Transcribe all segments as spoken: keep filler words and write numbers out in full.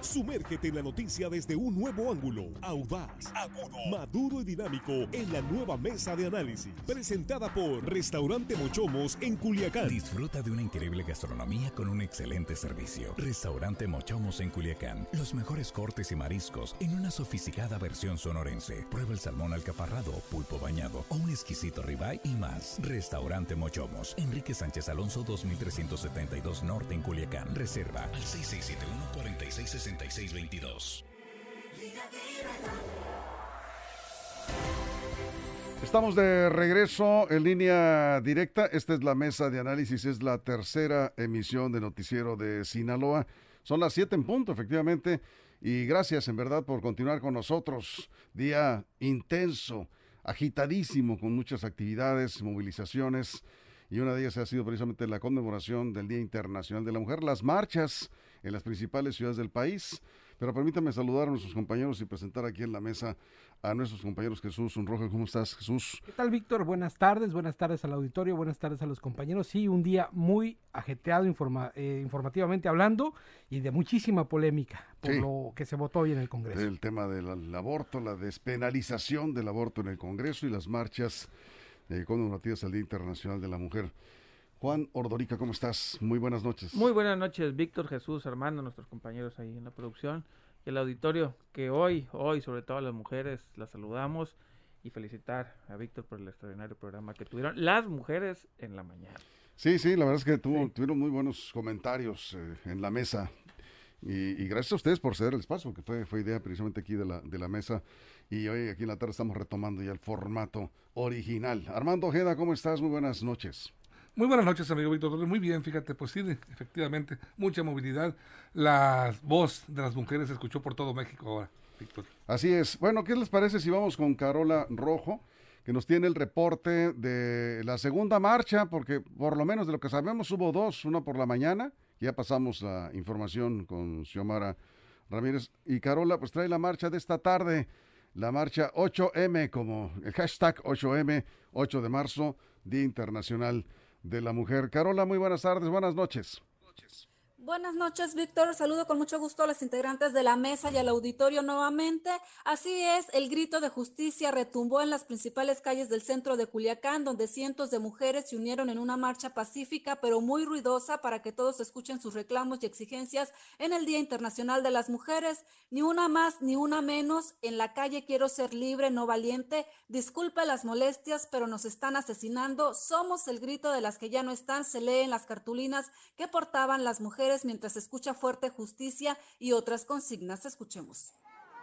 Sumérgete en la noticia desde un nuevo ángulo, audaz, agudo, maduro y dinámico en la nueva mesa de análisis, presentada por Restaurante Mochomos en Culiacán. Disfruta de una increíble gastronomía con un excelente servicio. Restaurante Mochomos en Culiacán. Los mejores cortes y mariscos en una sofisticada versión sonorense. Prueba el salmón alcaparrado, pulpo bañado o un exquisito ribeye y más. Restaurante Mochomos, Enrique Sánchez Alonso dos mil trescientos setenta y dos Norte en Culiacán. Reserva al seis seis siete uno, cuatro seis seis seis dos dos. Estamos de regreso en línea directa. Esta es la mesa de análisis, es la tercera emisión de Noticiero de Sinaloa. Son las siete en punto, efectivamente, y gracias en verdad por continuar con nosotros. Día intenso, agitadísimo, con muchas actividades, movilizaciones, y una de ellas ha sido precisamente la conmemoración del Día Internacional de la Mujer, las marchas en las principales ciudades del país. Pero permítame saludar a nuestros compañeros y presentar aquí en la mesa a nuestros compañeros. Jesús Unrojo, ¿cómo estás, Jesús? ¿Qué tal, Víctor? Buenas tardes, buenas tardes al auditorio, buenas tardes a los compañeros. Sí, un día muy ajetreado informa, eh, informativamente hablando y de muchísima polémica por sí. Lo que se votó hoy en el Congreso. El tema del aborto, la despenalización del aborto en el Congreso y las marchas eh, conmemorativas al Día Internacional de la Mujer. Juan Ordorica, ¿cómo estás? Muy buenas noches. Muy buenas noches, Víctor, Jesús, Armando, nuestros compañeros ahí en la producción y el auditorio, que hoy, hoy, sobre todo a las mujeres, las saludamos y felicitar a Víctor por el extraordinario programa que tuvieron las mujeres en la mañana. Sí, sí, la verdad es que tuvo, sí. tuvieron muy buenos comentarios eh, en la mesa y, y gracias a ustedes por ceder el espacio, que fue, fue idea precisamente aquí de la, de la mesa, y hoy aquí en la tarde estamos retomando ya el formato original. Armando Ojeda, ¿cómo estás? Muy buenas noches. Muy buenas noches, amigo Víctor. Muy bien, fíjate, pues sí, efectivamente, mucha movilidad. La voz de las mujeres se escuchó por todo México ahora, Víctor. Así es. Bueno, ¿qué les parece si vamos con Carola Rojo, que nos tiene el reporte de la segunda marcha? Porque por lo menos de lo que sabemos hubo dos, una por la mañana, ya pasamos la información con Xiomara Ramírez, y Carola pues trae la marcha de esta tarde, la marcha ocho eme, como el hashtag ocho eme, ocho de marzo, Día Internacional de la Mujer. Carola, muy buenas tardes, buenas noches. Buenas noches, Víctor. Saludo con mucho gusto a los integrantes de la mesa y al auditorio nuevamente. Así es, el grito de justicia retumbó en las principales calles del centro de Culiacán, donde cientos de mujeres se unieron en una marcha pacífica, pero muy ruidosa, para que todos escuchen sus reclamos y exigencias en el Día Internacional de las Mujeres. Ni una más, ni una menos. En la calle quiero ser libre, no valiente. Disculpe las molestias, pero nos están asesinando. Somos el grito de las que ya no están, se lee en las cartulinas que portaban las mujeres mientras se escucha fuerte justicia y otras consignas. Escuchemos.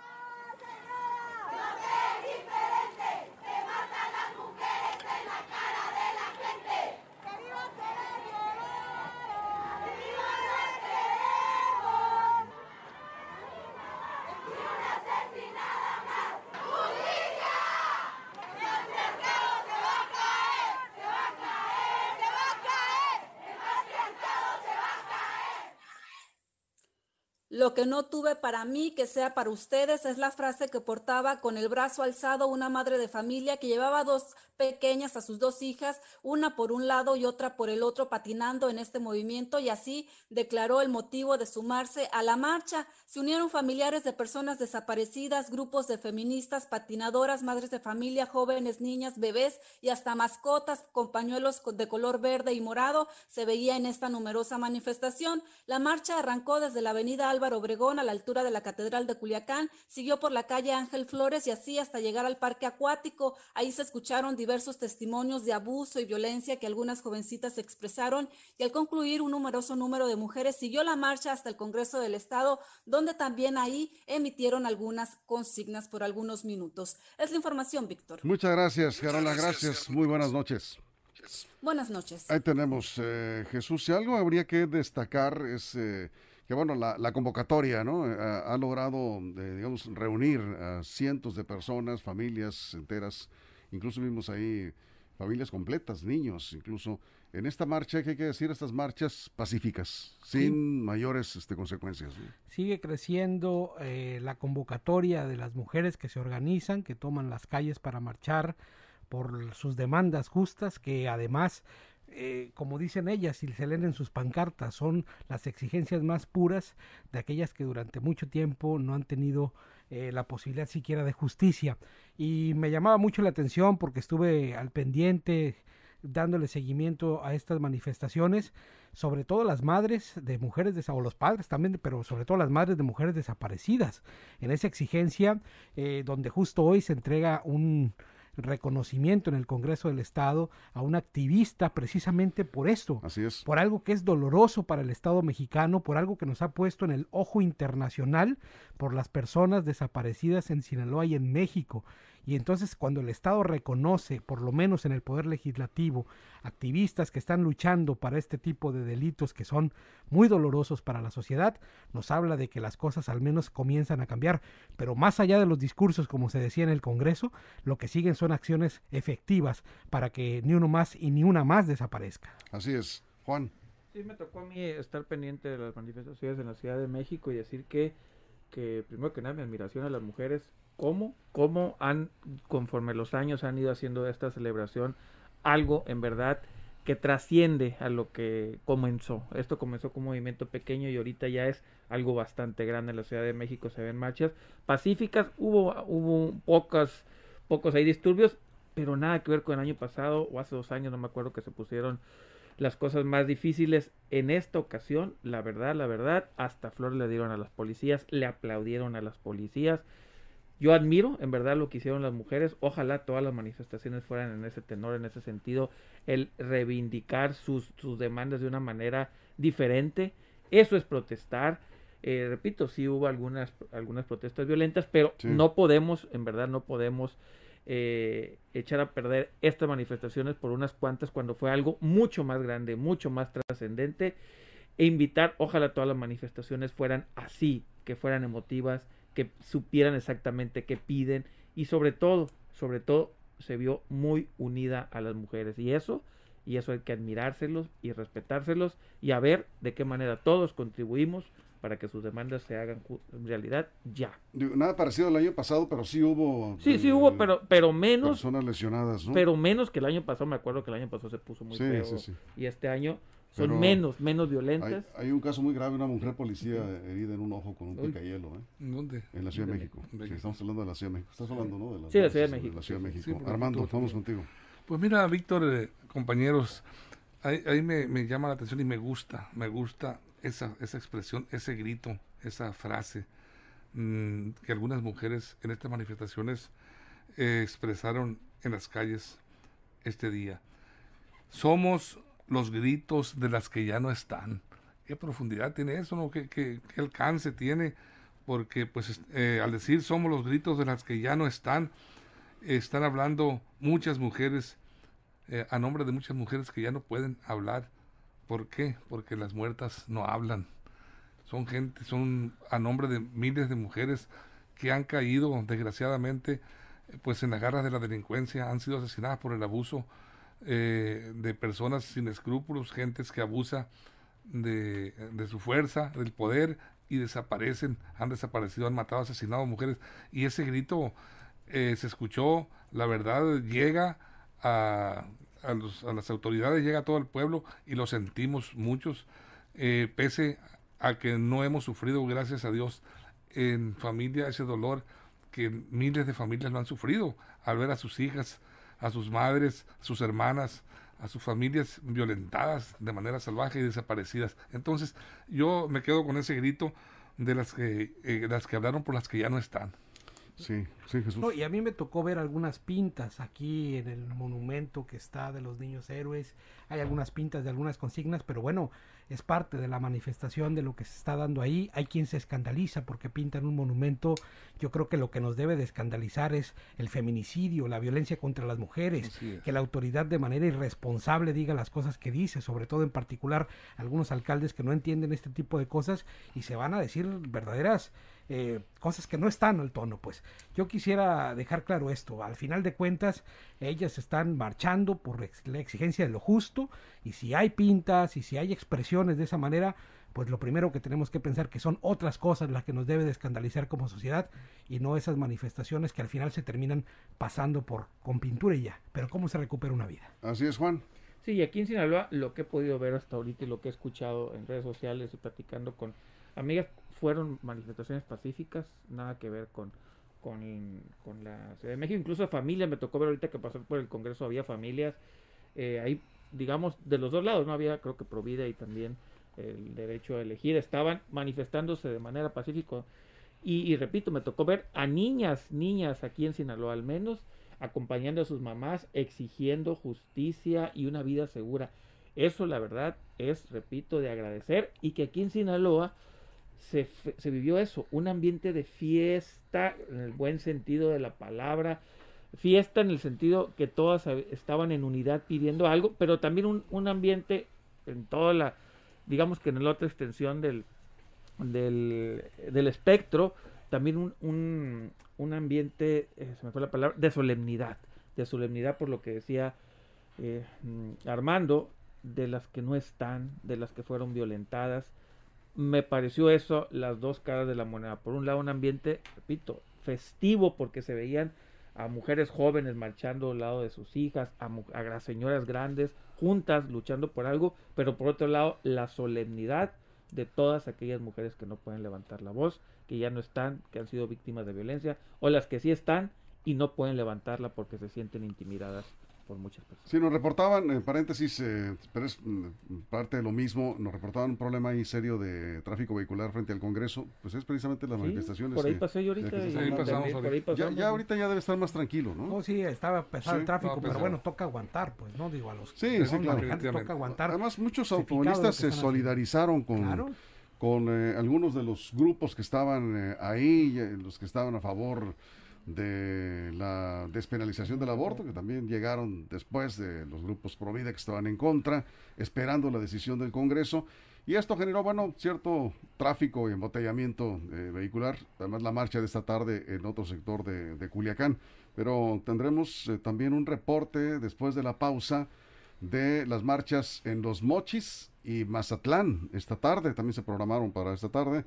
Lo que no tuve para mí, que sea para ustedes, es la frase que portaba con el brazo alzado una madre de familia que llevaba dos pequeñas, a sus dos hijas, una por un lado y otra por el otro, patinando en este movimiento, y así declaró el motivo de sumarse a la marcha. Se unieron familiares de personas desaparecidas, grupos de feministas, patinadoras, madres de familia, jóvenes, niñas, bebés y hasta mascotas con pañuelos de color verde y morado. Se veía en esta numerosa manifestación. La marcha arrancó desde la avenida Álvaro Obregón a la altura de la Catedral de Culiacán, siguió por la calle Ángel Flores y así hasta llegar al parque acuático. Ahí se escucharon diversos testimonios de abuso y violencia que algunas jovencitas expresaron, y al concluir un numeroso número de mujeres siguió la marcha hasta el Congreso del Estado, donde también ahí emitieron algunas consignas por algunos minutos. Es la información, Víctor. Muchas gracias, Carola, gracias. Muy buenas noches. Buenas noches. Ahí tenemos, eh, Jesús, si algo habría que destacar es eh, que, bueno, la, la convocatoria, ¿no? Ha, ha logrado, eh, digamos, reunir a cientos de personas, familias enteras, incluso vimos ahí familias completas, niños, incluso en esta marcha, que hay que decir, estas marchas pacíficas, sin sí. mayores este, consecuencias, ¿no? Sigue creciendo eh, la convocatoria de las mujeres que se organizan, que toman las calles para marchar por sus demandas justas, que además eh, como dicen ellas y se leen en sus pancartas, son las exigencias más puras de aquellas que durante mucho tiempo no han tenido eh, la posibilidad siquiera de justicia. Y me llamaba mucho la atención porque estuve al pendiente dándole seguimiento a estas manifestaciones, sobre todo las madres de mujeres des- o los padres también, pero sobre todo las madres de mujeres desaparecidas, en esa exigencia eh, donde justo hoy se entrega un reconocimiento en el Congreso del Estado a un activista precisamente por esto, Así es. por algo que es doloroso para el Estado mexicano, por algo que nos ha puesto en el ojo internacional por las personas desaparecidas en Sinaloa y en México. Y entonces cuando el Estado reconoce, por lo menos en el Poder Legislativo, activistas que están luchando para este tipo de delitos que son muy dolorosos para la sociedad, nos habla de que las cosas al menos comienzan a cambiar. Pero más allá de los discursos, como se decía en el Congreso, lo que siguen son acciones efectivas para que ni uno más y ni una más desaparezca. Así es. Juan. Sí, me tocó a mí estar pendiente de las manifestaciones en la Ciudad de México y decir que, que primero que nada, mi admiración a las mujeres, cómo, cómo han, conforme los años han ido haciendo de esta celebración algo en verdad que trasciende a lo que comenzó. Esto comenzó como un movimiento pequeño y ahorita ya es algo bastante grande. En la Ciudad de México se ven marchas pacíficas, hubo, hubo pocas, pocos ahí disturbios, pero nada que ver con el año pasado o hace dos años, no me acuerdo, que se pusieron las cosas más difíciles. En esta ocasión, la verdad, la verdad, hasta flores le dieron a las policías, le aplaudieron a las policías. Yo admiro, en verdad, lo que hicieron las mujeres. Ojalá todas las manifestaciones fueran en ese tenor, en ese sentido, el reivindicar sus, sus demandas de una manera diferente. Eso es protestar. Eh, repito, sí hubo algunas, algunas protestas violentas, pero Sí. no podemos, en verdad, no podemos eh, echar a perder estas manifestaciones por unas cuantas cuando fue algo mucho más grande, mucho más trascendente. E invitar, ojalá todas las manifestaciones fueran así, que fueran emotivas, que supieran exactamente qué piden y sobre todo, sobre todo se vio muy unida a las mujeres y eso, y eso hay que admirárselos y respetárselos y a ver de qué manera todos contribuimos para que sus demandas se hagan ju- realidad ya. Digo, nada parecido al año pasado, pero sí hubo. Sí, sí eh, hubo, pero pero menos, Personas lesionadas, ¿no? pero menos que el año pasado. Me acuerdo que el año pasado se puso muy Sí, feo sí, sí. y este año son Pero menos, menos Hay, violentas. hay un caso muy grave, una mujer policía herida en un ojo con un Uy. picayelo, ¿eh? ¿Dónde? En la Ciudad de México. México. Sí, estamos hablando de la Ciudad de México. Estás hablando, ¿no? De las Sí, de la Ciudad de bases México. la Ciudad de Sí, México. porque Armando, tú- vamos contigo. Pues mira, Víctor, eh, compañeros, ahí, ahí me, me llama la atención y me gusta, me gusta esa, esa expresión, ese grito, esa frase mmm, que algunas mujeres en estas manifestaciones eh, expresaron en las calles este día. Somos los gritos de las que ya no están. ¿Qué profundidad tiene eso, no? ¿Qué, qué, qué alcance tiene? Porque pues eh, al decir somos los gritos de las que ya no están, están hablando muchas mujeres, eh, a nombre de muchas mujeres que ya no pueden hablar. ¿Por qué? Porque las muertas no hablan. Son gente, son a nombre de miles de mujeres que han caído, desgraciadamente, eh, pues en las garras de la delincuencia, han sido asesinadas por el abuso eh, de personas sin escrúpulos, gentes que abusa de, de su fuerza, del poder, y desaparecen, han desaparecido, han matado, asesinado mujeres. Y ese grito eh, se escuchó, la verdad, llega a, a, los, a las autoridades, llega a todo el pueblo y lo sentimos muchos, eh, pese a que no hemos sufrido, gracias a Dios, en familia ese dolor que miles de familias lo han sufrido al ver a sus hijas, a sus madres, a sus hermanas, a sus familias violentadas de manera salvaje y desaparecidas. Entonces yo me quedo con ese grito de las que, eh, las que hablaron por las que ya no están. Sí, sí, Jesús. No, y a mí me tocó ver algunas pintas aquí en el monumento que está de los niños héroes. Hay algunas pintas de algunas consignas, pero bueno, es parte de la manifestación de lo que se está dando ahí. Hay quien se escandaliza porque pintan un monumento. Yo creo que lo que nos debe de escandalizar es el feminicidio, la violencia contra las mujeres, que la autoridad de manera irresponsable diga las cosas que dice, sobre todo en particular algunos alcaldes que no entienden este tipo de cosas y se van a decir verdaderas Eh, cosas que no están al tono. Pues yo quisiera dejar claro esto: al final de cuentas ellas están marchando por ex- la exigencia de lo justo, y si hay pintas y si hay expresiones de esa manera, pues lo primero que tenemos que pensar que son otras cosas las que nos debe de escandalizar como sociedad y no esas manifestaciones que al final se terminan pasando por con pintura y ya. Pero ¿cómo se recupera una vida? Así es, Juan. Sí, y aquí en Sinaloa lo que he podido ver hasta ahorita y lo que he escuchado en redes sociales y platicando con amigas, fueron manifestaciones pacíficas, nada que ver con, con, con la Ciudad de México, incluso familias, me tocó ver ahorita que pasó por el Congreso, había familias, eh, ahí digamos de los dos lados, no había creo que Provida y también el derecho a elegir, estaban manifestándose de manera pacífica y, y repito, me tocó ver a niñas, niñas aquí en Sinaloa al menos, acompañando a sus mamás, exigiendo justicia y una vida segura. Eso la verdad es, repito, de agradecer y que aquí en Sinaloa se, se vivió eso, un ambiente de fiesta en el buen sentido de la palabra, fiesta en el sentido que todas estaban en unidad pidiendo algo, pero también un, un ambiente en toda la, digamos que en la otra extensión del, del, del espectro, también un, un, un ambiente, eh, se me fue la palabra, de solemnidad, de solemnidad por lo que decía eh, Armando, de las que no están, de las que fueron violentadas. Me pareció eso las dos caras de la moneda. Por un lado un ambiente, repito, festivo porque se veían a mujeres jóvenes marchando al lado de sus hijas, a, a las señoras grandes juntas luchando por algo, pero por otro lado la solemnidad de todas aquellas mujeres que no pueden levantar la voz, que ya no están, que han sido víctimas de violencia, o las que sí están y no pueden levantarla porque se sienten intimidadas por muchas personas. Sí, nos reportaban, en paréntesis, eh, pero es mm, parte de lo mismo, nos reportaban un problema ahí serio de tráfico vehicular frente al Congreso, pues es precisamente las Sí, manifestaciones. por ahí que- pasé yo ahorita. de que se y están ahí hablando. pasamos también por ahí Ya, pasamos. ya ahorita ya debe estar más tranquilo, ¿no? No, sí, estaba pesado Sí, el tráfico, estaba pero pesado. bueno, toca aguantar, pues, ¿no? Digo, a los Sí, que sí, son claro. manejantes toca Definitivamente. aguantar. Además, muchos justificado de lo automovilistas que se están haciendo. solidarizaron con, Claro. con eh, algunos de los grupos que estaban eh, ahí, eh, los que estaban a favor de la despenalización del aborto, que también llegaron después de los grupos pro vida que estaban en contra, esperando la decisión del Congreso, y esto generó, bueno, cierto tráfico y embotellamiento eh, vehicular, además la marcha de esta tarde en otro sector de, de Culiacán, pero tendremos eh, también un reporte después de la pausa de las marchas en Los Mochis y Mazatlán, esta tarde, también se programaron para esta tarde.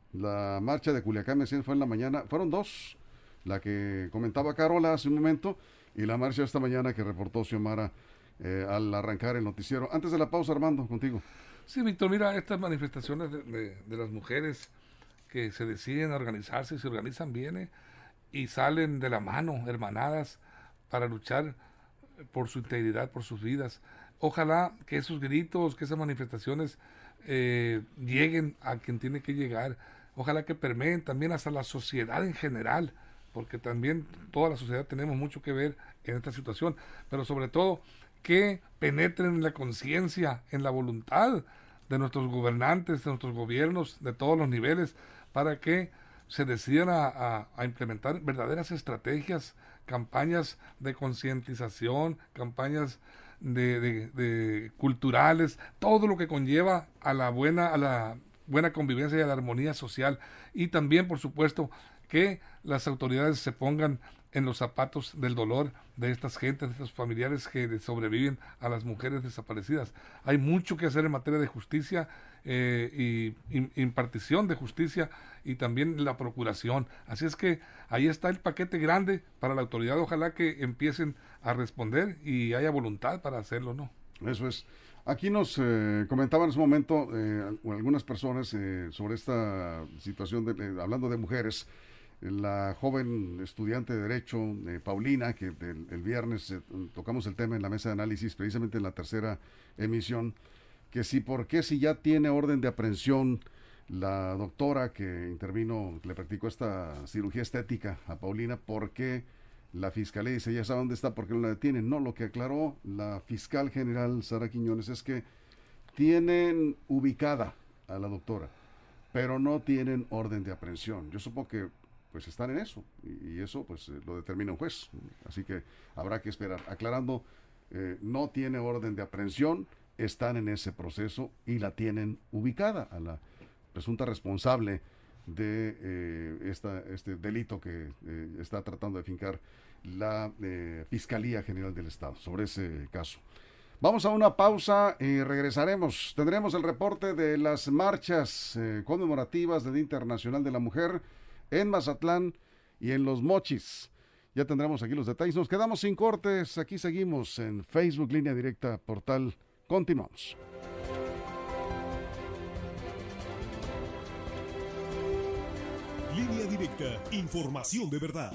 La marcha de Culiacán, me decían, fue en la mañana, fueron dos, la que comentaba Carola hace un momento y la marcha esta mañana que reportó Xiomara eh, al arrancar el noticiero. Antes de la pausa, Armando, contigo. Sí, Víctor, mira, estas manifestaciones de, de- de las mujeres que se deciden a organizarse, se organizan bien eh, y salen de la mano, hermanadas, para luchar por su integridad, por sus vidas. Ojalá que esos gritos, que esas manifestaciones eh, lleguen a quien tiene que llegar. Ojalá que permeen también hasta la sociedad en general, porque también toda la sociedad tenemos mucho que ver en esta situación, pero sobre todo que penetren en la conciencia, en la voluntad de nuestros gobernantes, de nuestros gobiernos, de todos los niveles, para que se decidan a, a- a implementar verdaderas estrategias, campañas de concientización, campañas de, de- de culturales, todo lo que conlleva a la buena, a la buena convivencia y a la armonía social, y también, por supuesto, que las autoridades se pongan en los zapatos del dolor de estas gentes, de estos familiares que sobreviven a las mujeres desaparecidas. Hay mucho que hacer en materia de justicia eh, y im- impartición de justicia y también la procuración. Así es que ahí está el paquete grande para la autoridad. Ojalá que empiecen a responder y haya voluntad para hacerlo, ¿no? Eso es. Aquí nos eh, comentaban en su momento eh, al- algunas personas eh, sobre esta situación, de, eh, hablando de mujeres. La joven estudiante de Derecho, eh, Paulina, que el, el viernes eh, tocamos el tema en la mesa de análisis, precisamente en la tercera emisión, que si, ¿por qué si ya tiene orden de aprehensión la doctora que intervino, que le practicó esta cirugía estética a Paulina, por qué la fiscalía dice, ya sabe dónde está, por qué no la detienen? No, lo que aclaró la fiscal general Sara Quiñones es que tienen ubicada a la doctora, pero no tienen orden de aprehensión. Yo supongo que pues están en eso, y, y eso pues eh, lo determina un juez, así que habrá que esperar. Aclarando, eh, no tiene orden de aprehensión, están en ese proceso y la tienen ubicada a la presunta responsable de eh, esta, este delito que eh, está tratando de fincar la eh, Fiscalía General del Estado sobre ese caso. Vamos a una pausa y regresaremos. Tendremos el reporte de las marchas eh, conmemorativas del Día Internacional de la Mujer en Mazatlán y en Los Mochis. Ya tendremos aquí los detalles. Nos quedamos sin cortes. Aquí seguimos en Facebook, Línea Directa, Portal. Continuamos. Línea Directa, información de verdad.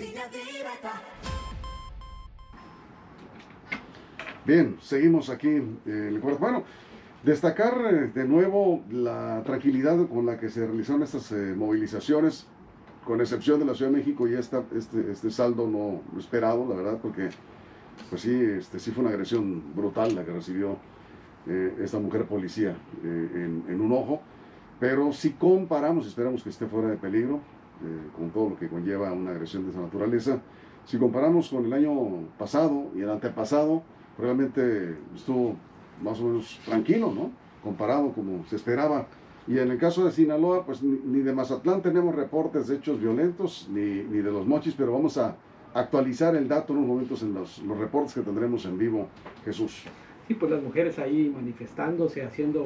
Bien, seguimos aquí en el cuarto. Bueno, destacar eh, de nuevo la tranquilidad con la que se realizaron estas eh, movilizaciones, con excepción de la Ciudad de México y esta, este, este saldo no esperado, la verdad, porque pues sí, este, sí fue una agresión brutal la que recibió eh, esta mujer policía eh, en, en un ojo, pero si comparamos, esperamos que esté fuera de peligro, eh, con todo lo que conlleva una agresión de esa naturaleza, si comparamos con el año pasado y el antepasado, realmente estuvo más o menos tranquilo, ¿no? Comparado como se esperaba. Y en el caso de Sinaloa, pues ni, ni de Mazatlán tenemos reportes de hechos violentos, ni, ni de los Mochis, pero vamos a actualizar el dato en unos momentos en los, los reportes que tendremos en vivo, Jesús. Sí, pues las mujeres ahí manifestándose, haciendo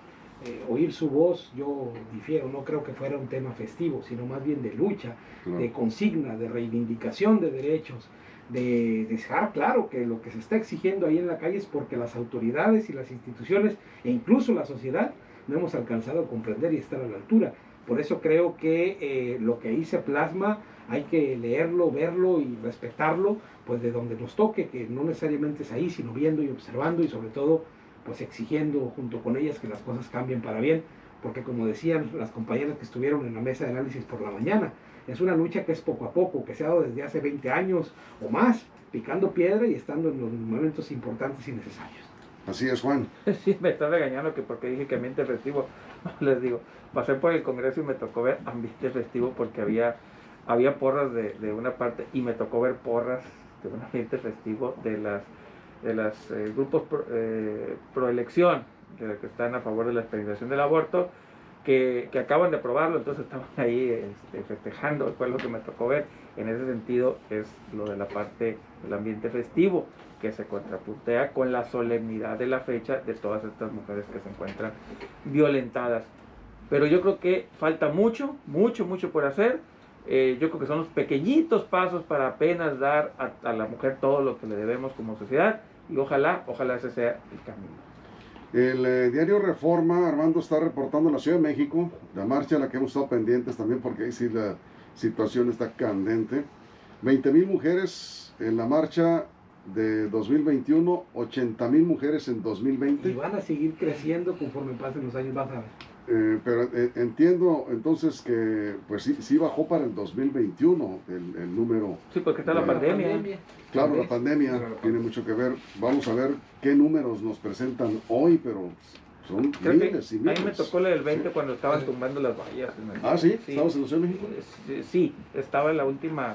eh, oír su voz, yo difiero, no creo que fuera un tema festivo, sino más bien de lucha, claro, de consigna, de reivindicación de derechos, de dejar claro que lo que se está exigiendo ahí en la calle es porque las autoridades y las instituciones e incluso la sociedad no hemos alcanzado a comprender y estar a la altura. Por eso creo que eh, lo que ahí se plasma hay que leerlo, verlo y respetarlo, pues de donde nos toque, que no necesariamente es ahí, sino viendo y observando y sobre todo pues exigiendo junto con ellas que las cosas cambien para bien, porque como decían las compañeras que estuvieron en la mesa de análisis por la mañana, es una lucha que es poco a poco, que se ha dado desde hace veinte años o más, picando piedra y estando en los momentos importantes y necesarios. Así es, Juan. Sí, me está regañando que porque dije que ambiente festivo. Les digo, pasé por el Congreso y me tocó ver ambiente festivo porque había, había porras de, de una parte y me tocó ver porras de un ambiente festivo de las de los eh, grupos pro, eh, proelección, que, que están a favor de la penalización del aborto, que, que acaban de aprobarlo, entonces estaban ahí este, festejando, fue lo que me tocó ver. En ese sentido es lo de la parte del ambiente festivo, que se contrapuntea con la solemnidad de la fecha de todas estas mujeres que se encuentran violentadas. Pero yo creo que falta mucho, mucho, mucho por hacer. Eh, yo creo que son los pequeñitos pasos para apenas dar a, a la mujer todo lo que le debemos como sociedad, y ojalá, ojalá ese sea el camino. El eh, diario Reforma, Armando, está reportando en la Ciudad de México, la marcha a la que hemos estado pendientes también, porque ahí sí la situación está candente. veinte mil mujeres en la marcha de dos mil veintiuno, ochenta mil mujeres en dos mil veinte. Y van a seguir creciendo conforme pasen los años, vas a ver. Eh, pero eh, entiendo entonces que pues sí, sí bajó para el dos mil veintiuno el, el número. Sí, porque está de, la pandemia. pandemia. Claro, la pandemia claro, tiene mucho que ver. Vamos a ver qué números nos presentan hoy, pero son Creo miles y miles. A mí me tocó el veinte sí. Cuando estaban sí. tumbando las vallas. Ah, ¿sí? sí. ¿Estabas en la Ciudad de México? Sí, sí, estaba en la última,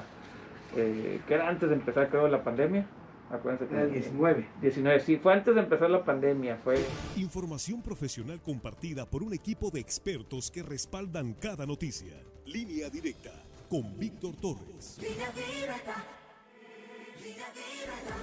eh, que era antes de empezar creo la pandemia. Acuérdense que el diecinueve. diecinueve, sí, fue antes de empezar la pandemia. Fue información profesional compartida por un equipo de expertos que respaldan cada noticia. Línea Directa con Víctor Torres. Línea Directa. Línea Directa.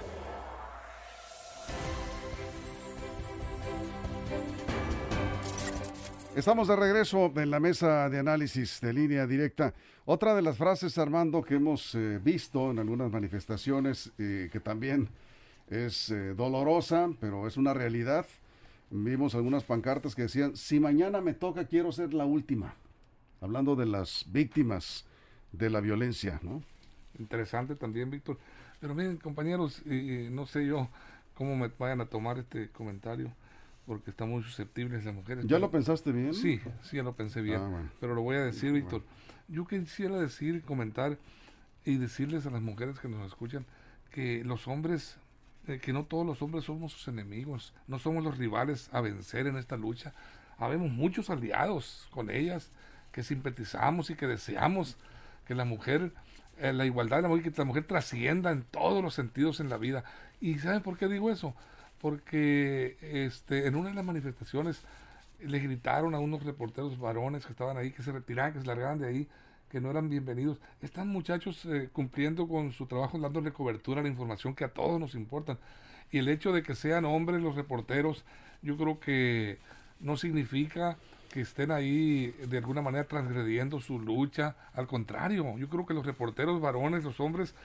Estamos de regreso en la mesa de análisis de Línea Directa. Otra de las frases, Armando, que hemos eh, visto en algunas manifestaciones, eh, que también es eh, dolorosa, pero es una realidad. Vimos algunas pancartas que decían, si mañana me toca, quiero ser la última. Hablando de las víctimas de la violencia, ¿no? Interesante también, Víctor. Pero miren, compañeros, eh, no sé yo cómo me vayan a tomar este comentario, porque están muy susceptibles las mujeres. ¿Ya pero, lo pensaste bien? Sí, sí, ya lo pensé bien. Ah, bueno. Pero lo voy a decir, sí, Víctor. Bueno. Yo quisiera decir, comentar y decirles a las mujeres que nos escuchan que los hombres, eh, que no todos los hombres somos sus enemigos, no somos los rivales a vencer en esta lucha. Habemos muchos aliados con ellas que simpatizamos y que deseamos que la mujer, eh, la igualdad de la mujer, que la mujer trascienda en todos los sentidos en la vida. ¿Y saben por qué digo eso? Porque este, en una de las manifestaciones le gritaron a unos reporteros varones que estaban ahí, que se retiraran, que se largaran de ahí, que no eran bienvenidos. Están muchachos eh, cumpliendo con su trabajo, dándole cobertura a la información que a todos nos importan. Y el hecho de que sean hombres los reporteros, yo creo que no significa que estén ahí de alguna manera transgrediendo su lucha. Al contrario, yo creo que los reporteros varones, los hombres,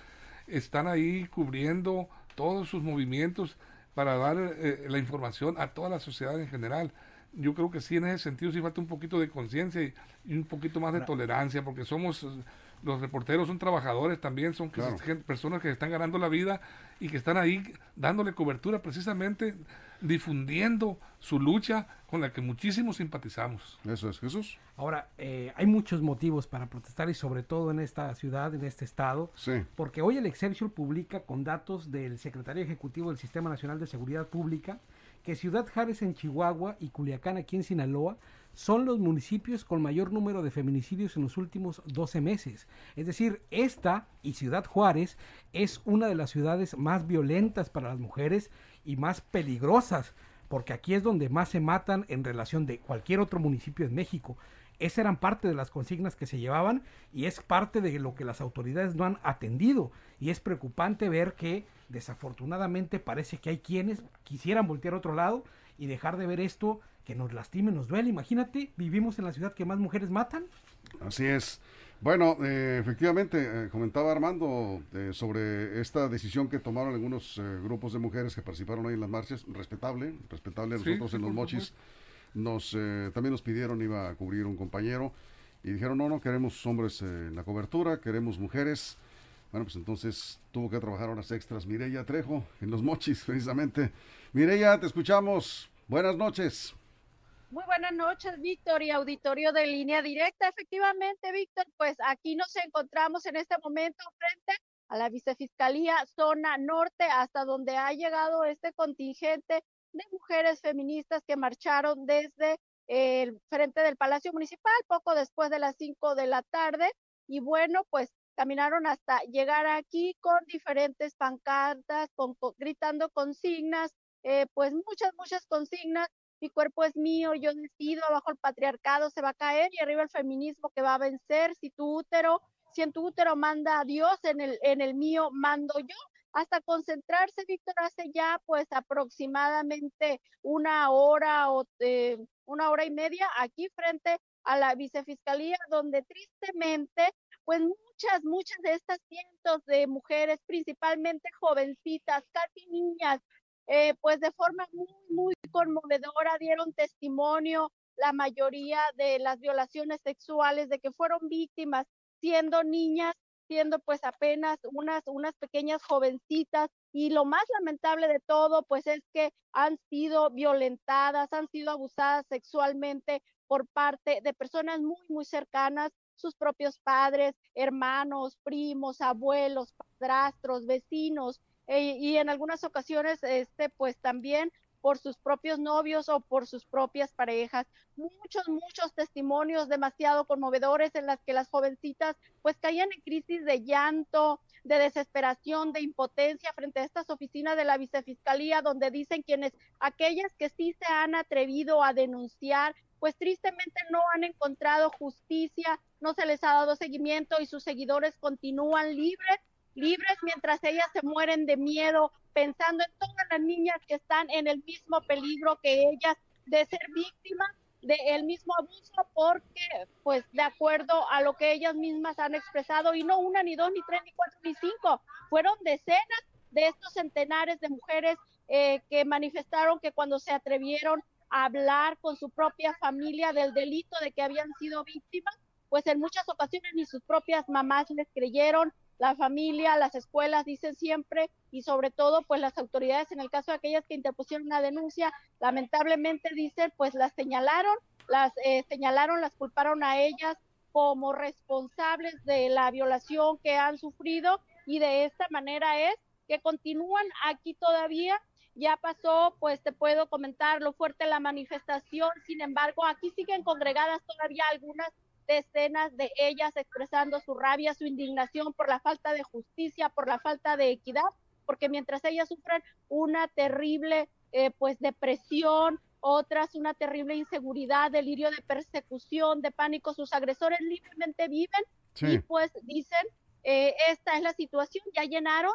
están ahí cubriendo todos sus movimientos para dar eh, la información a toda la sociedad en general. Yo creo que sí, en ese sentido sí falta un poquito de conciencia y, y un poquito más de tolerancia, porque somos, los reporteros son trabajadores también, son que Claro. se, personas que están ganando la vida y que están ahí dándole cobertura, precisamente difundiendo su lucha con la que muchísimos simpatizamos. Eso es, Jesús. Ahora, eh, hay muchos motivos para protestar y sobre todo en esta ciudad, en este estado, Sí. porque hoy el Excelsior publica con datos del secretario ejecutivo del Sistema Nacional de Seguridad Pública que Ciudad Juárez en Chihuahua y Culiacán aquí en Sinaloa son los municipios con mayor número de feminicidios en los últimos doce meses. Es decir, esta y Ciudad Juárez es una de las ciudades más violentas para las mujeres y más peligrosas, porque aquí es donde más se matan en relación de cualquier otro municipio en México. Esas eran parte de las consignas que se llevaban y es parte de lo que las autoridades no han atendido. Y es preocupante ver que desafortunadamente parece que hay quienes quisieran voltear a otro lado y dejar de ver esto que nos lastima y nos duele. Imagínate, vivimos en la ciudad que más mujeres matan. Así es. Bueno, eh, efectivamente, eh, comentaba Armando eh, sobre esta decisión que tomaron algunos eh, grupos de mujeres que participaron hoy en las marchas. Respetable, respetable a Sí, nosotros sí, en Los por Mochis. supuesto. Nos, eh, también nos pidieron, iba a cubrir un compañero, y dijeron, no, no, queremos hombres eh, en la cobertura, queremos mujeres. Bueno, pues entonces tuvo que trabajar horas extras Mireya Trejo, en Los Mochis, precisamente. Mireya, te escuchamos. Buenas noches. Muy buenas noches, Víctor, y auditorio de Línea Directa. Efectivamente, Víctor, pues aquí nos encontramos en este momento frente a la Vicefiscalía Zona Norte, hasta donde ha llegado este contingente de mujeres feministas que marcharon desde el frente del Palacio Municipal poco después de las cinco de la tarde. Y bueno, pues caminaron hasta llegar aquí con diferentes pancartas, con, con, gritando consignas, eh, pues muchas, muchas consignas. Mi cuerpo es mío, yo decido, abajo el patriarcado se va a caer y arriba el feminismo que va a vencer. Si tu útero, si en tu útero manda a Dios, en el, en el mío mando yo. Hasta concentrarse, Víctor, hace ya pues aproximadamente una hora o eh, una hora y media aquí frente a la Vicefiscalía, donde tristemente pues muchas, muchas de estas cientos de mujeres, principalmente jovencitas, casi niñas, Eh, pues de forma muy, muy conmovedora dieron testimonio la mayoría de las violaciones sexuales de que fueron víctimas siendo niñas, siendo pues apenas unas, unas pequeñas jovencitas, y lo más lamentable de todo pues es que han sido violentadas, han sido abusadas sexualmente por parte de personas muy, muy cercanas, sus propios padres, hermanos, primos, abuelos, padrastros, vecinos, Eh, y en algunas ocasiones, este, pues también por sus propios novios o por sus propias parejas. Muchos, muchos testimonios demasiado conmovedores en las que las jovencitas pues caían en crisis de llanto, de desesperación, de impotencia frente a estas oficinas de la Vicefiscalía, donde dicen quienes, aquellas que sí se han atrevido a denunciar, pues tristemente no han encontrado justicia, no se les ha dado seguimiento y sus seguidores continúan libres, libres mientras ellas se mueren de miedo, pensando en todas las niñas que están en el mismo peligro que ellas de ser víctimas del mismo abuso, porque pues de acuerdo a lo que ellas mismas han expresado, y no una, ni dos, ni tres, ni cuatro, ni cinco, fueron decenas de estos centenares de mujeres eh, que manifestaron que cuando se atrevieron a hablar con su propia familia del delito de que habían sido víctimas, pues en muchas ocasiones ni sus propias mamás les creyeron. La familia, las escuelas dicen siempre, y sobre todo pues las autoridades, en el caso de aquellas que interpusieron una denuncia, lamentablemente dicen pues las señalaron, las eh, señalaron, las culparon a ellas como responsables de la violación que han sufrido, y de esta manera es que continúan aquí todavía. Ya pasó, pues te puedo comentar lo fuerte de la manifestación, sin embargo aquí siguen congregadas todavía algunas decenas de ellas expresando su rabia, su indignación por la falta de justicia, por la falta de equidad, porque mientras ellas sufren una terrible eh, pues depresión, otras una terrible inseguridad, delirio de persecución, de pánico, sus agresores libremente viven. Sí. Y pues dicen, eh, esta es la situación, ya llenaron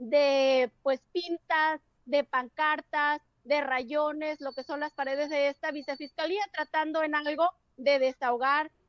de pues pintas, de pancartas, de rayones, lo que son las paredes de esta Vicefiscalía, tratando en algo de desahogar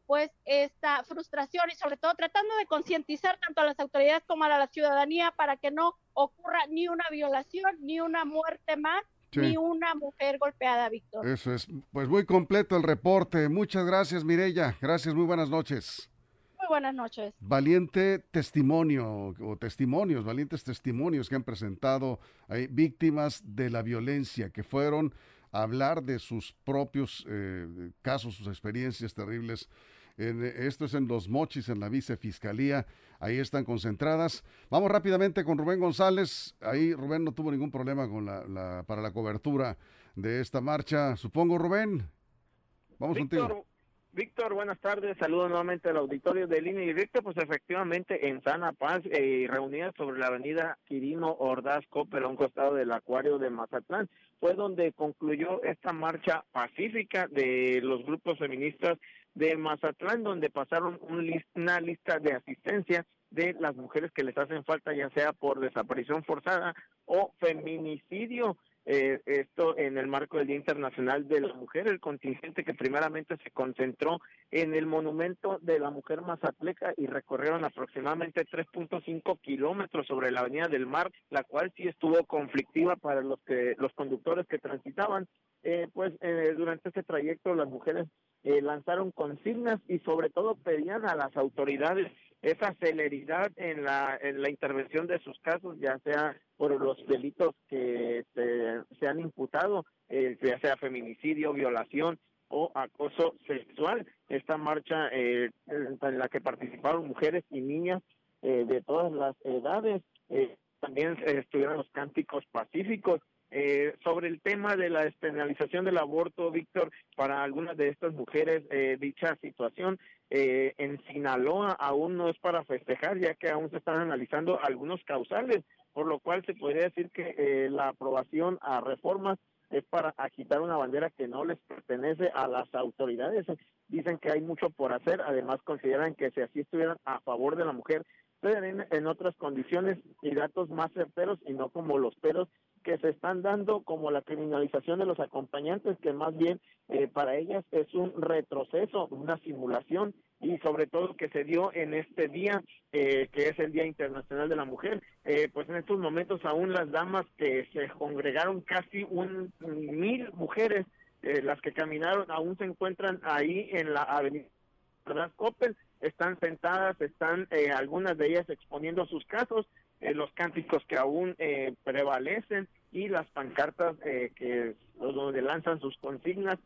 pues esta frustración y sobre todo tratando de concientizar tanto a las autoridades como a la ciudadanía para que no ocurra ni una violación, ni una muerte más, sí, ni una mujer golpeada, Víctor. Eso es, pues muy completo el reporte. Muchas gracias, Mireya. Gracias, muy buenas noches. Muy buenas noches. Valiente testimonio o testimonios, valientes testimonios que han presentado ahí, víctimas de la violencia, que fueron a hablar de sus propios eh, casos, sus experiencias terribles. En, esto es en Los Mochis, en la vicefiscalía, ahí están concentradas. Vamos rápidamente con Rubén González. Ahí Rubén no tuvo ningún problema con la, la para la cobertura de esta marcha, supongo, Rubén. Vamos Víctor, contigo. Víctor, buenas tardes, saludo nuevamente al auditorio de Línea Directa. Pues efectivamente en Sana Paz, eh, reunidas sobre la avenida Quirino Ordaz Coppel, a un costado del acuario de Mazatlán, fue donde concluyó esta marcha pacífica de los grupos feministas de Mazatlán, donde pasaron un list, una lista de asistencia de las mujeres que les hacen falta, ya sea por desaparición forzada o feminicidio. Eh, esto en el marco del Día Internacional de la Mujer, el contingente que primeramente se concentró en el monumento de la mujer mazatleca y recorrieron aproximadamente tres punto cinco kilómetros sobre la Avenida del Mar, la cual sí estuvo conflictiva para los que los conductores que transitaban. Eh, pues eh, durante este trayecto las mujeres eh, lanzaron consignas y sobre todo pedían a las autoridades esa celeridad en la en la intervención de sus casos, ya sea por los delitos que se, se han imputado, eh, ya sea feminicidio, violación o acoso sexual. Esta marcha eh, en la que participaron mujeres y niñas eh, de todas las edades, eh, también eh, estuvieron los cánticos pacíficos. Eh, sobre el tema de la despenalización del aborto, Víctor, para algunas de estas mujeres eh, dicha situación eh, en Sinaloa aún no es para festejar, ya que aún se están analizando algunos causales, por lo cual se podría decir que eh, la aprobación a reformas es para agitar una bandera que no les pertenece a las autoridades. Dicen que hay mucho por hacer, además consideran que si así estuvieran a favor de la mujer, en, en otras condiciones y datos más certeros y no como los peros que se están dando, como la criminalización de los acompañantes, que más bien eh, para ellas es un retroceso, una simulación, y sobre todo que se dio en este día, eh, que es el Día Internacional de la Mujer. Eh, pues en estos momentos aún las damas que se congregaron, casi un, un mil mujeres, eh, las que caminaron, aún se encuentran ahí en la avenida Coppel, están sentadas, están eh, algunas de ellas exponiendo sus casos, eh, los cánticos que aún eh, prevalecen y las pancartas eh, que donde lanzan sus consignas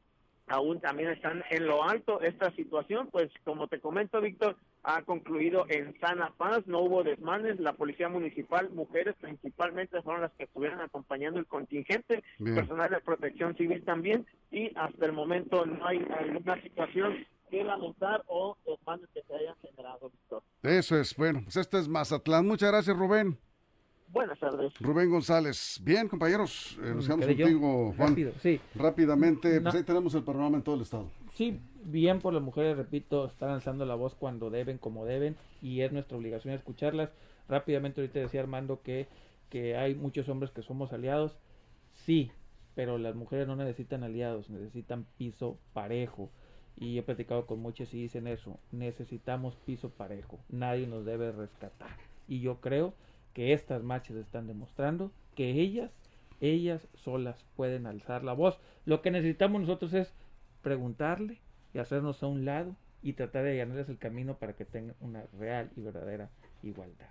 aún también están en lo alto. Esta situación, pues como te comento, Víctor, ha concluido en sana paz, no hubo desmanes, la policía municipal, mujeres principalmente fueron las que estuvieron acompañando el contingente, bien, personal de protección civil también, y hasta el momento no hay alguna situación que lamentar o desmanes que se hayan generado, Víctor. Eso es, bueno, pues este es Mazatlán. Muchas gracias, Rubén. Buenas tardes. Rubén González. Bien, compañeros, eh, nos quedamos contigo, Juan. Rápido, sí. Rápidamente, No. pues ahí tenemos el panorama en todo el estado. Sí, bien por las mujeres, repito, están alzando la voz cuando deben, como deben, y es nuestra obligación escucharlas. Rápidamente, ahorita decía Armando que, que hay muchos hombres que somos aliados. Sí, pero las mujeres no necesitan aliados, necesitan piso parejo. Y he platicado con muchos y dicen eso, necesitamos piso parejo, nadie nos debe rescatar. Y yo creo que estas marchas están demostrando que ellas, ellas solas pueden alzar la voz. Lo que necesitamos nosotros es preguntarle y hacernos a un lado y tratar de ganarles el camino para que tengan una real y verdadera igualdad.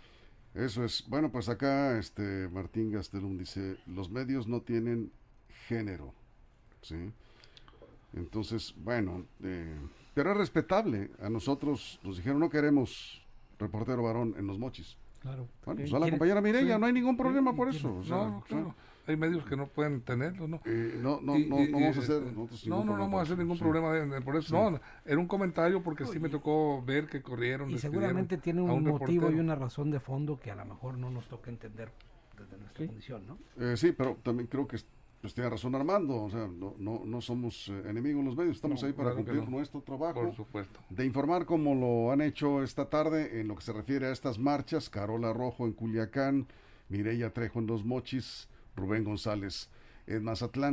Eso es. Bueno, pues acá este Martín Gastelum dice, los medios no tienen género, ¿sí? Entonces, bueno, eh, pero es respetable. A nosotros nos dijeron, no queremos reportero varón en Los Mochis. Claro. Bueno, pues a la compañera Mireya, sí, no hay ningún problema sí, por eso. O sea, no, claro. Hay medios que no pueden tenerlo, ¿no? Eh, no, no, y, no, y, no vamos a eh, hacer... No, no, no vamos a hacer ningún sí. problema de, de, por eso. Sí. No, era un comentario porque sí me tocó ver que corrieron. Y seguramente tiene un, un motivo reportero. Y una razón de fondo que a lo mejor no nos toca entender desde nuestra sí. condición, ¿no? Eh, sí, pero también creo que pues tiene razón Armando, o sea, no, no, no somos eh, enemigos los medios, estamos no, ahí para claro cumplir no. nuestro trabajo. Por supuesto. De informar como lo han hecho esta tarde en lo que se refiere a estas marchas, Carola Rojo en Culiacán, Mireya Trejo en Los Mochis, Rubén González en Mazatlán.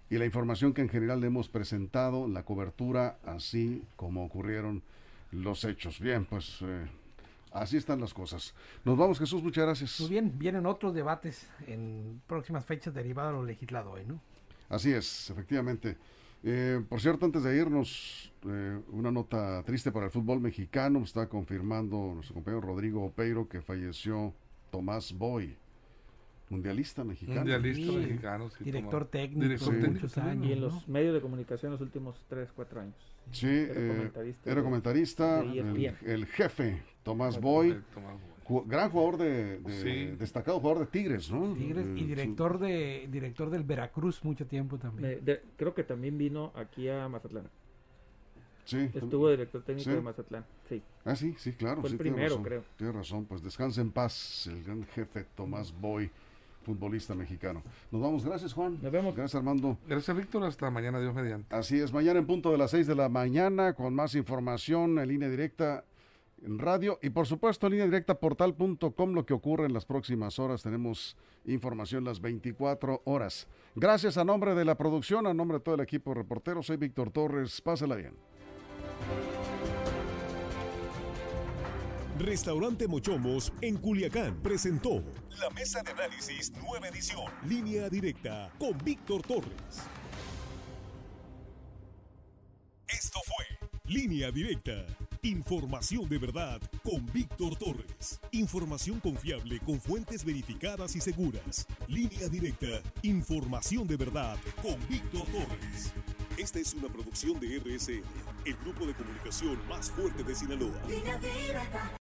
y la información que en general le hemos presentado, la cobertura, así como ocurrieron los hechos. Bien, pues eh, así están las cosas. Nos vamos, Jesús, muchas gracias. Muy bien, vienen otros debates en próximas fechas derivados de lo legislado hoy, ¿no? Así es, efectivamente. Eh, por cierto, antes de irnos, eh, una nota triste para el fútbol mexicano. Está confirmando nuestro compañero Rodrigo Opeiro que falleció Tomás Boy, mundialista mexicano. Mundialista Sí, mexicano, sí, director Tomás. técnico, Director Sí. técnico muchos también, años, Y en ¿no? los medios de comunicación los últimos tres, cuatro años. Sí, Era eh, comentarista era de- comentarista, de E S el, P N. el jefe Tomás Boy, Eh, Tomás Boy. ju- gran jugador de, de- Sí. destacado jugador de Tigres, ¿no? Tigres Eh, y sí. director de director del Veracruz mucho tiempo también. De- de- creo que también vino aquí a Mazatlán. Sí. Estuvo director técnico Sí. de Mazatlán. Sí. Ah, sí, sí, claro. Fue el sí, tiene primero, razón, creo. Tiene razón, pues descansa en paz el gran jefe Tomás Boy, futbolista mexicano. Nos vamos, gracias Juan. Nos vemos. Gracias Armando. Gracias, Víctor. Hasta mañana, Dios mediante. Así es, mañana en punto de las seis de la mañana con más información en línea directa en radio y por supuesto en línea directa portal punto com, lo que ocurre en las próximas horas. Tenemos información las veinticuatro horas. Gracias a nombre de la producción, a nombre de todo el equipo reportero, soy Víctor Torres, pásela bien. Restaurante Mochomos en Culiacán presentó la mesa de análisis nueva edición, línea directa con Víctor Torres. Esto fue Línea Directa, información de verdad con Víctor Torres. Información confiable con fuentes verificadas y seguras. Línea Directa, información de verdad con Víctor Torres. Esta es una producción de R S N, el grupo de comunicación más fuerte de Sinaloa. Línea Directa.